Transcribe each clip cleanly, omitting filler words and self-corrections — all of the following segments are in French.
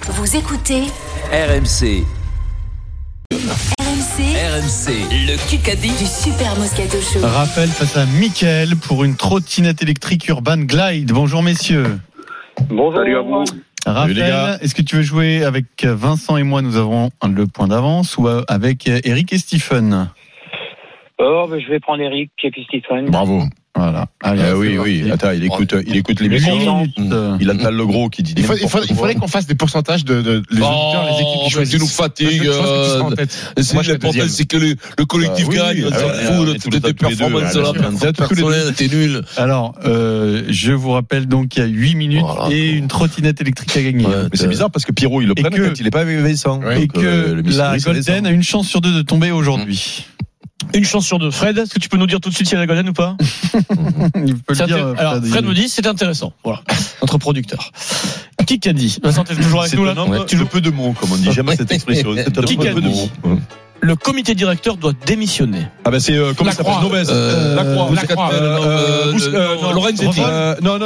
Vous écoutez RMC. RMC, le Kikadi du Super Moscato Show. Raphaël face à Mickaël pour une trottinette électrique Urban Glide. Bonjour messieurs. Bonjour. Salut à vous. Raphaël, est-ce que tu veux jouer avec Vincent et moi? Nous avons le point d'avance, ou avec Eric et Stephen? Je vais prendre Eric et puis Stephen. Bravo. Voilà. Allez, oui. Attends, il écoute l'émission. Il entend le gros qui dit. Il faudrait qu'on fasse des pourcentages de les auditeurs, les équipes qui choisissent. Tu nous fatigues. L'important, c'est que le collectif gagne. On s'en fout. Toutes tes performances de la personnelle, t'es nul. Alors, je vous rappelle donc qu'il y a 8 minutes et une trottinette électrique à gagner. Mais c'est bizarre parce que Pierrot, il le prenne quand il n'est pas avec Vincent. Et que la Golden a une chance sur 2 de tomber aujourd'hui. Une chance sur 2. Fred, est-ce que tu peux nous dire tout de suite si la Golden ou pas? Il peut le dire. Alors, Fred me dit, c'est intéressant. Voilà, notre producteur. Qui a dit? Vincent, t'es toujours avec nous là? Tu veux peu de mots, comme on dit. J'aime cette expression. Qui a dit? Le comité directeur doit démissionner. Ah ben c'est comment ça s'appelle? Novès. Lacroix. Lorenzetti. Non.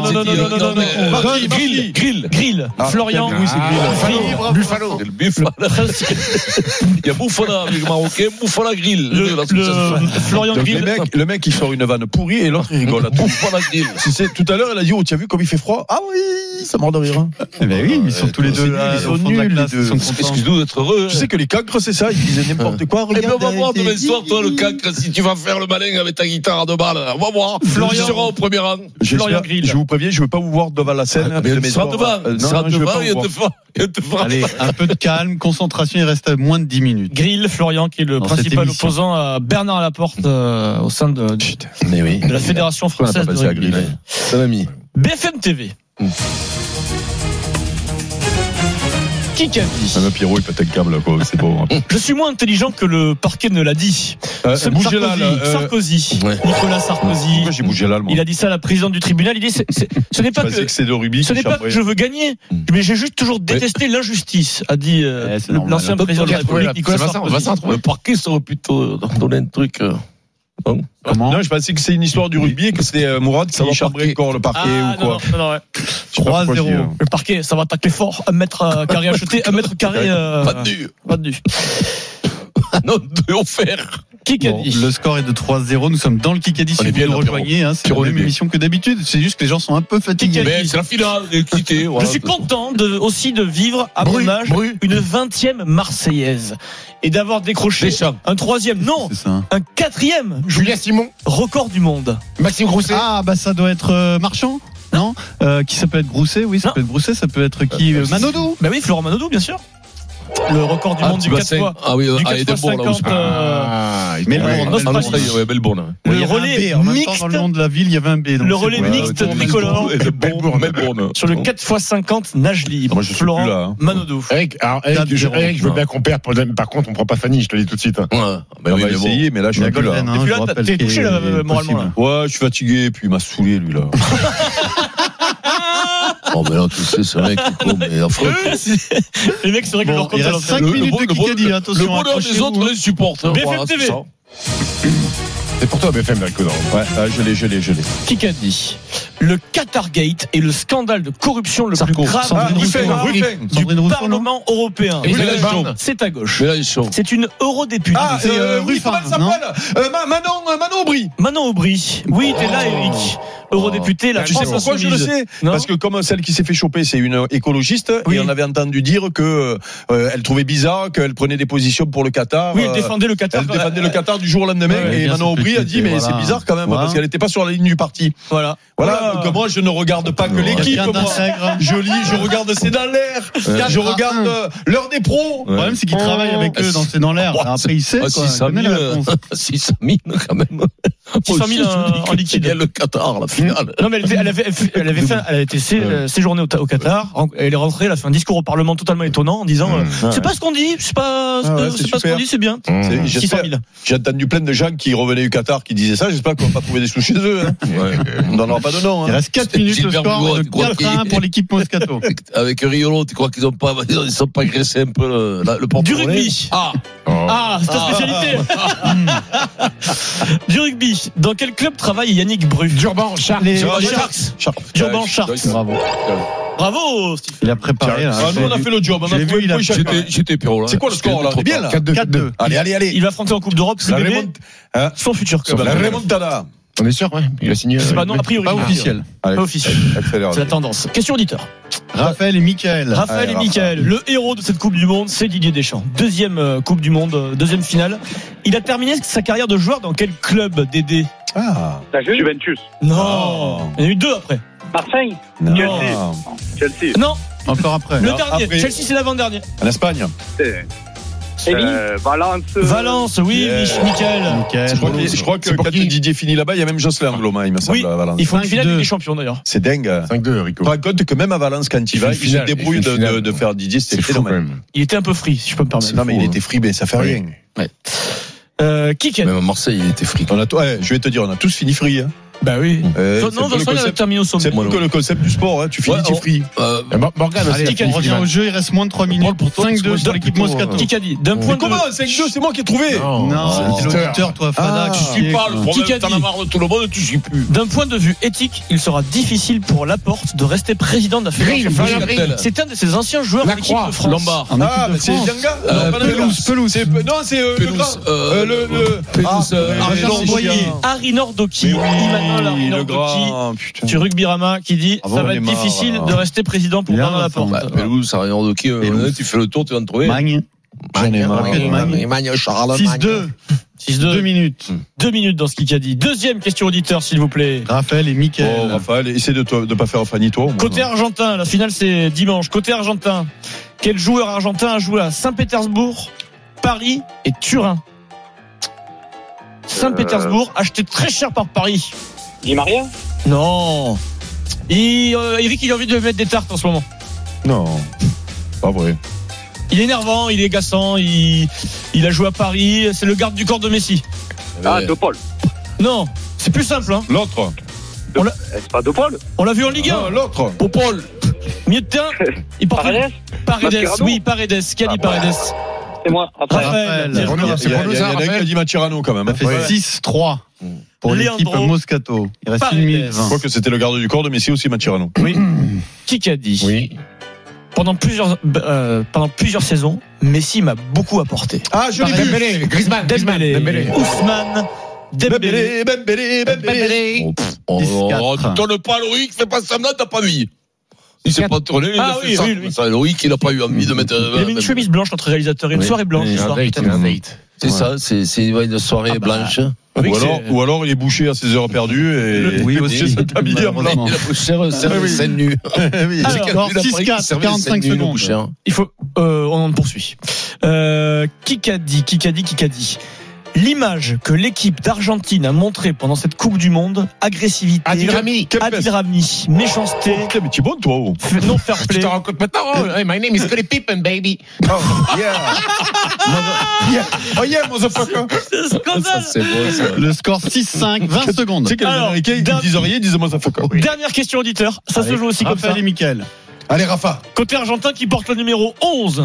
Grill. Florian. Oui, c'est Grill. Buffalo. Il y a Bouffona avec le Marocain, Bouffona Grill. Florian Grill. Le mec il sort une vanne pourrie et l'autre il rigole. Bouffona Grill. Tout à l'heure il a dit tu as vu comme il fait froid? Ah oui, ça mord de rire. Eh ben oui, ils sont tous les deux là. Ils sont nuls. Excuse-nous d'être heureux. Tu sais que les cancres c'est ça, ils disent n'importe quoi. Et bien on va voir demain soir toi le cancre si tu vas faire le malin avec ta guitare à 2 balles. On va voir. Florian sera au premier rang. Florian Grill. Je vous préviens, je veux pas vous voir devant la scène. Il sera devant. Allez, un peu de calme, concentration, il reste moins de 10 minutes. Grill, Florian qui est le principal opposant à Bernard Laporte au sein de la Fédération française de rugby. C'est un ami. BFM TV. Qui a dit? Même Pierrot il pète un câble quoi, c'est beau. Je suis moins intelligent que le parquet ne l'a dit. Sarkozy. Nicolas Sarkozy. Pourquoi j'ai bougé là? Il a dit ça à la présidente du tribunal. Il dit ce n'est pas que c'est de rugby. Ce n'est pas que je veux gagner, mais j'ai juste toujours détesté l'injustice, a dit l'ancien président de la République Nicolas Sarkozy. Le parquet ça aurait plutôt donné un truc. Comment? Non, je pensais que c'est une histoire du rugby et que c'était Mourad qui chambrait encore le parquet ou quoi. Non. 3-0. Le parquet, ça va attaquer fort. 1 mètre carré acheté, 1 mètre carré. Pas de nu. Non, de offert. Kikadi. Le score est de 3-0. Nous sommes dans le Kikadi. Si vous nous rejoignez, c'est la même émission que d'habitude. C'est juste que les gens sont un peu fatigués. Mais c'est la finale. Je suis content aussi de vivre à mon âge une 20e Marseillaise et d'avoir décroché un 3e, non, un 4e. Julien Simon. Record du monde. Maxime Grousset. Ah bah ça doit être Marchand. Non, qui ça peut être Grousset? Oui, ça peut être Grousset. Ça peut être qui? Manodou. Bah oui, Florent Manodou, bien sûr. Le record du monde du 4 fois. Ah oui, du 4 fois 50. Melbourne. Le relais mixte. Dans le nom de la ville, il y avait un B. Le relais mixte tricolore. Melbourne. Sur le 4 x 50 nage libre. Florent Manodou. Eric, je veux bien qu'on perde. Par contre, on prend pas Fanny, je te le dis tout de suite. On va essayer, mais là, je suis plus là. Et puis là, t'es touché moralement. Ouais, je suis fatigué, puis il m'a saoulé, lui, là. Oh, mais là, tu sais, c'est vrai qu'il est mais affreux. Les mecs, c'est vrai que leur compte il reste 5 minutes de Kikadi, attention. Le bonheur des autres les supporte. BFM TV. C'est pour toi, BFM, Rico. Ouais, je l'ai. Kikadi. Le Qatargate est le scandale de corruption le plus grave du Parlement européen. C'est à gauche. C'est une eurodéputée. Ruffin, Manon Aubry. Manon Aubry. Oui, t'es là, Eric. Eurodéputée, la tu sais pourquoi je le sais? Parce que comme celle qui s'est fait choper, c'est une écologiste, et on avait entendu dire que elle trouvait bizarre qu'elle prenait des positions pour le Qatar. Oui, elle défendait le Qatar. Elle défendait le Qatar du jour au lendemain, et Manon Aubry a dit mais c'est bizarre quand même parce qu'elle n'était pas sur la ligne du parti. Voilà. Donc moi je ne regarde pas que l'équipe, je lis, je regarde c'est dans l'air, je regarde l'heure des pros. Le problème c'est qu'ils travaillent avec eux dans c'est dans l'air. Après il sait quoi. 600 000 quand même. 600 000 en liquide. Le Qatar, la finale. Non mais elle avait été séjournée au Qatar. Elle est rentrée, elle a fait un discours au Parlement totalement étonnant en disant c'est pas ce qu'on dit, c'est pas ce qu'on dit, c'est bien. 600 000. J'ai entendu plein de gens qui revenaient du Qatar qui disaient ça. J'espère qu'on va pas trouver des sous chez eux. On n'en aura pas de nom. Il reste 4 minutes, le score de 4-1 pour l'équipe Moscato. Avec Riolo, tu crois qu'ils sont pas graissés un peu le porte-monnaie? Du rugby. C'est ta spécialité. Du rugby. Dans quel club travaille Yannick Bru? Durban Sharks. Durban Sharks. Bravo. Bravo, Steve. Il a préparé. Là, nous, on a fait le job. On a vu, il a J'étais Pierrot là. C'est quoi le score là? On est bien là? 4-2. Allez. Il va affronter en Coupe d'Europe son futur club. La remontada. On est sûr, ouais. Il a signé. C'est pas non, a priori. Pas officiel. Pas officiel. C'est la tendance. Question auditeur. Raphaël et Mickaël. Raphaël et Mickaël. Le héros de cette Coupe du Monde, c'est Didier Deschamps. Deuxième Coupe du Monde, deuxième finale. Il a terminé sa carrière de joueur dans quel club, Dédé? La Juventus. Non. Il y en a eu deux après. Marseille. Non. Chelsea. Non. Encore après. Le dernier. après. Chelsea, c'est l'avant-dernier. En Espagne. Valence. Oui, Mickaël. Je crois que quand Didier finit là-bas, il y a même Jocelyn Angloma, il me semble, Oui, à Valence. il faut une finale avec les champions d'ailleurs. C'est dingue. 5-2, Rico. Tu te rends compte que même à Valence, quand il va, il se débrouille de faire Didier, c'était phénoménal. Il était un peu free, si je peux me permettre. Non, mais il était free, mais ça fait rien. Kiken. Même à Marseille, il était free. Je vais te dire, on a tous fini free. Bah oui. Non, Vincent, il a terminé au sommet. C'est pour que le concept du sport, tu finis, tu free. Morgan, Allez, on revient au jeu, il reste moins de 3 minutes. 5-2 sur l'équipe Moscato. Qui a dit d'un point de Comment 5-2, c'est moi qui ai trouvé. Non, c'est l'auditeur, toi, Fada. Tu suis pas le problème, t'en as marre de tout le monde, tu suis plus. D'un point de vue éthique, il sera difficile pour Laporte de rester président de la fédération. C'est un de ses anciens joueurs de l'équipe de France. Lombard. Mais c'est Dianga. Pelouse. Non, c'est Harry Nordoki, Emmanuel Harry Nordoki du Rugbyrama qui dit ça va être difficile de rester président pour Bernard Laporte. Pelouse, ça rien de qui. Tu fais le tour, tu vas en trouver. Magne. 6-2. 2 minutes. 2 minutes dans ce qu'il a dit. Deuxième question auditeur, s'il vous plaît. Raphaël et Mickaël. Raphaël, essaie de pas faire Fanny, toi. Côté argentin, la finale c'est dimanche. Côté argentin, quel joueur argentin a joué à Saint-Pétersbourg, Paris et Turin? Saint-Pétersbourg, acheté très cher par Paris. Di Maria. Non. Eric, il a envie de mettre des tartes en ce moment. Non, pas vrai. Il est énervant, il est agaçant, il a joué à Paris, c'est le garde du corps de Messi. De Paul. Non, c'est plus simple. Hein. L'autre. C'est pas De Paul. On l'a vu en Ligue 1. Non, l'autre. Pour Paul. Milieu de terrain. Il porte Paredes. Oui, Paredes. Qui a dit Paredes? C'est moi. Raphaël. Il y en a un qui a dit Macherano quand même. Ça fait 6-3 pour l'équipe Moscato. Il reste 1 minute 20. Je crois que c'était le garde du corps de Messi aussi, Macherano. Oui. Qui a dit? Oui. Pendant plusieurs saisons, Messi m'a beaucoup apporté. Ah, je l'ai vu. Griezmann. Dembélé. Ousmane. Dembélé. On tourne pas Loïc, fais pas semblant, t'as pas mis. Il s'est pas tourné, il a fait ça. Loïc, il a pas eu envie de mettre. Il avait une chemise blanche, notre réalisateur, une soirée blanche ce soir. C'est ça, c'est une soirée blanche. Ou alors il est bouché à ses heures perdues et oui aussi il est habillé en blanc. Il a poussé scène nue. Alors 6-4, 45 secondes. Il faut on en poursuit. Qui a dit l'image que l'équipe d'Argentine a montrée pendant cette Coupe du Monde, agressivité, Adil Rami, méchanceté. Mais tu es bon, toi. Non fair play. Tu te rends compte maintenant? Hey, my name is Scottie Pippen, baby. Oh yeah, motherfucker. C'est scandale. C'est beau, ça. Le score 6-5, 20 secondes. Tu sais que les Américains, ils disent rien, ils disent motherfucker. Dernière question auditeur. Ça se joue aussi comme ça. Raphaël et Mickaël. Allez, Rafa. Côté argentin qui porte le numéro 11.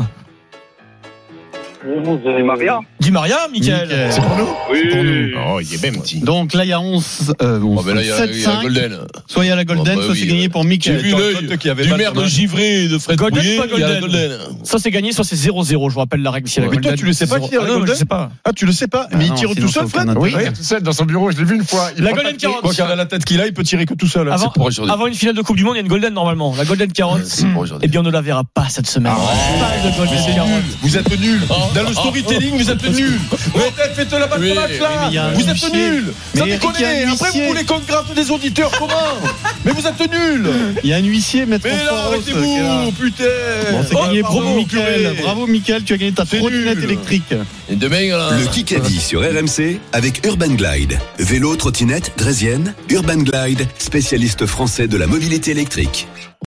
Di Maria. Di Maria, Mickaël. C'est pour nous? Oui. Oh, il est bien petit. Donc là, il y a 11, Là, il y a 7-5. Golden. Soit il y a la Golden, soit c'est gagné pour J'ai Mickaël. vu l'œil du maire de Givray et de Fred Golden Bouillet, ou pas il y a la Golden? Golden. Soit c'est gagné, soit c'est 0-0. Je vous rappelle la règle. Si la Mais Golden, toi, tu le sais pas qui a la non, Golden? je sais pas. Ah, tu le sais pas? Mais il tire tout seul, Fred? Oui, il est tout seul dans son bureau, je l'ai vu une fois. La Golden 40. Quoi qu'il a la tête qu'il a, il peut tirer que tout seul. Avant une finale de Coupe du Monde, il y a une Golden normalement. La Golden 40. Eh bien, on ne la verra pas cette semaine. Pas de Golden 40. Vous êtes nuls. Dans le storytelling, vous êtes nuls. Faites la balle match là. Vous êtes nuls. Ça déconne. Après, vous voulez qu'on gratte des auditeurs. Comment? Mais vous êtes nuls. Il y a un huissier, maître. Mais là, arrêtez-vous, putain. Bon, c'est gagné. Bravo, Mickaël. Bravo, Mickaël. Tu as gagné ta trottinette électrique. Et demain, là. Le Kikadi sur RMC avec Urban Glide. Vélo, trottinette, draisienne. Urban Glide, spécialiste français de la mobilité électrique.